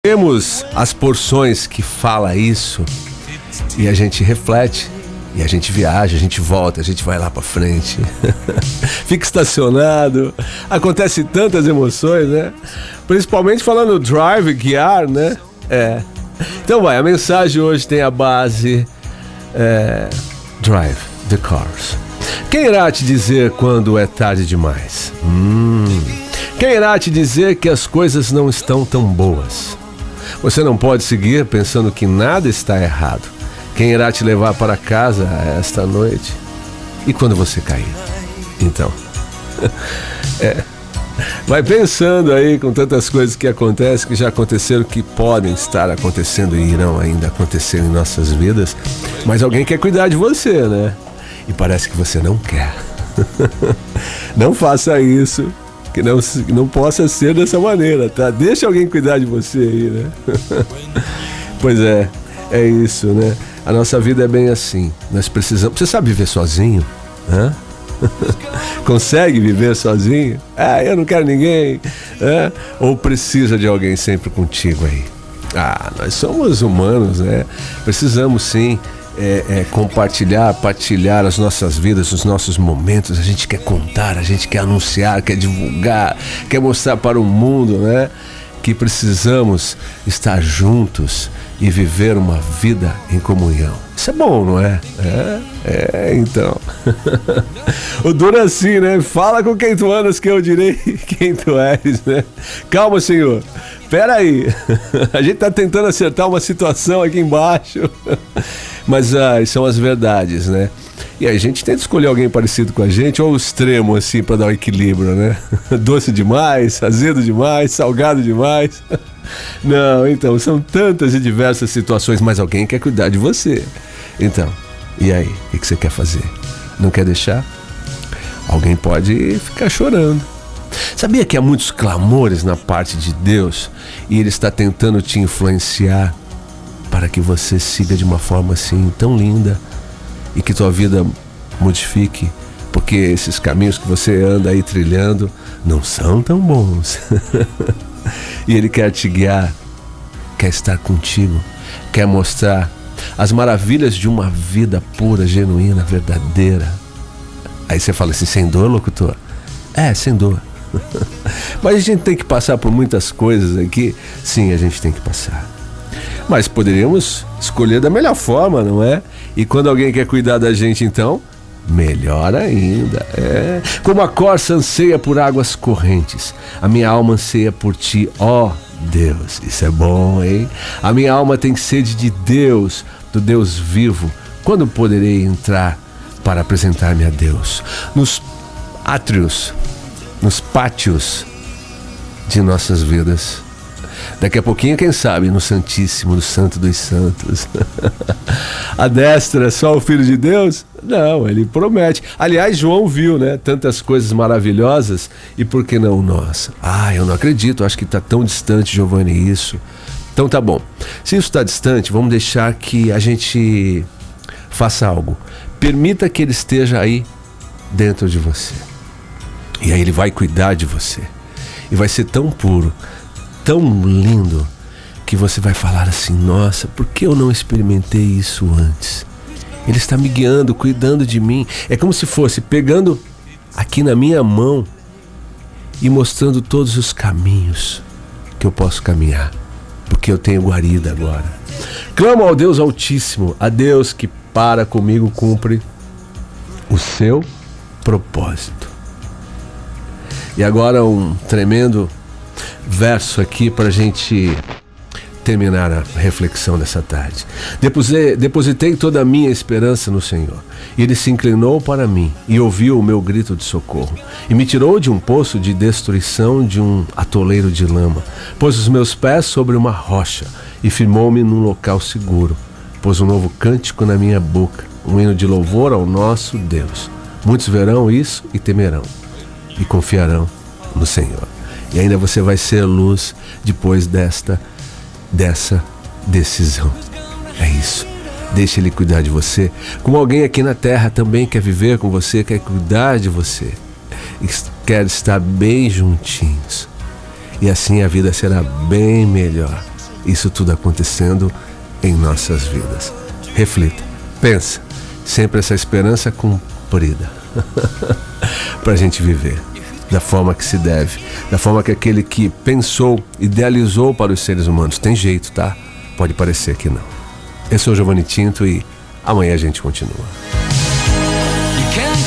Temos as porções que fala isso e a gente reflete, e a gente viaja, a gente volta, a gente vai lá pra frente. Fica estacionado, acontece tantas emoções, né? Principalmente falando drive, guiar, né? Então a mensagem hoje tem a base drive the cars. Quem irá te dizer quando é tarde demais? Quem irá te dizer que as coisas não estão tão boas? Você não pode seguir pensando que nada está errado. Quem irá te levar para casa esta noite? E quando você cair? Então, vai pensando aí com tantas coisas que acontecem, que já aconteceram, que podem estar acontecendo e irão ainda acontecer em nossas vidas. Mas alguém quer cuidar de você, né? E parece que você não quer. Não faça isso. Que não possa ser dessa maneira, tá? Deixa alguém cuidar de você aí, né? Pois é isso, né? A nossa vida é bem assim. Nós precisamos... Você sabe viver sozinho? Hã? Consegue viver sozinho? Eu não quero ninguém. Ou precisa de alguém sempre contigo aí? Nós somos humanos, né? Precisamos sim partilhar as nossas vidas, os nossos momentos. A gente quer contar, a gente quer anunciar, quer divulgar, quer mostrar para o mundo, né? Que precisamos estar juntos e viver uma vida em comunhão. Isso é bom, não é? Então. O duro é assim, né? Fala com quem tu andas que eu direi quem tu és, né? Calma, Senhor. Pera aí. A gente tá tentando acertar uma situação aqui embaixo. Mas são as verdades, né? E a gente tenta escolher alguém parecido com a gente, ou o extremo, assim, para dar um equilíbrio, né? Doce demais, azedo demais, salgado demais. Não, então, são tantas e diversas situações, mas alguém quer cuidar de você. Então, e aí? O que você quer fazer? Não quer deixar? Alguém pode ficar chorando. Sabia que há muitos clamores na parte de Deus e Ele está tentando te influenciar para que você siga de uma forma assim tão linda e que tua vida modifique, porque esses caminhos que você anda aí trilhando não são tão bons. E Ele quer te guiar, quer estar contigo, quer mostrar as maravilhas de uma vida pura, genuína, verdadeira. Aí você fala assim, sem dor, locutor? Sem dor. Mas a gente tem que passar por muitas coisas aqui. Sim, a gente tem que passar. Mas poderíamos escolher da melhor forma, não é? E quando alguém quer cuidar da gente, então, melhor ainda. Como a corça anseia por águas correntes, a minha alma anseia por ti, ó Deus. Isso é bom, hein? A minha alma tem sede de Deus, do Deus vivo. Quando poderei entrar para apresentar-me a Deus? Nos átrios, nos pátios de nossas vidas. Daqui a pouquinho, quem sabe, no Santíssimo, no Santo dos Santos. A destra, só o Filho de Deus? Não, Ele promete. Aliás, João viu, né, tantas coisas maravilhosas, e por que não nós? Eu não acredito, acho que está tão distante, Giovanni, isso. Então tá bom. Se isso está distante, vamos deixar que a gente faça algo. Permita que Ele esteja aí dentro de você. E aí Ele vai cuidar de você. E vai ser tão puro, tão lindo, que você vai falar assim, nossa, por que eu não experimentei isso antes? Ele está me guiando, cuidando de mim. É como se fosse pegando aqui na minha mão e mostrando todos os caminhos que eu posso caminhar, porque eu tenho guarida agora. Clamo ao Deus Altíssimo, a Deus que para comigo cumpre o seu propósito. E agora um tremendo verso aqui para a gente terminar a reflexão dessa tarde. Depositei toda a minha esperança no Senhor. Ele se inclinou para mim e ouviu o meu grito de socorro. E me tirou de um poço de destruição, de um atoleiro de lama. Pôs os meus pés sobre uma rocha e firmou-me num local seguro. Pôs um novo cântico na minha boca, um hino de louvor ao nosso Deus. Muitos verão isso e temerão e confiarão no Senhor. E ainda você vai ser luz depois dessa decisão. É isso. Deixa Ele cuidar de você. Como alguém aqui na terra também quer viver com você, quer cuidar de você, e quer estar bem juntinhos. E assim a vida será bem melhor. isso tudo acontecendo em nossas vidas. Reflita, pensa, sempre essa esperança cumprida para a gente viver da forma que se deve, da forma que aquele que pensou, idealizou para os seres humanos. Tem jeito, tá? Pode parecer que não. Eu sou o Giovanni Tinto e amanhã a gente continua.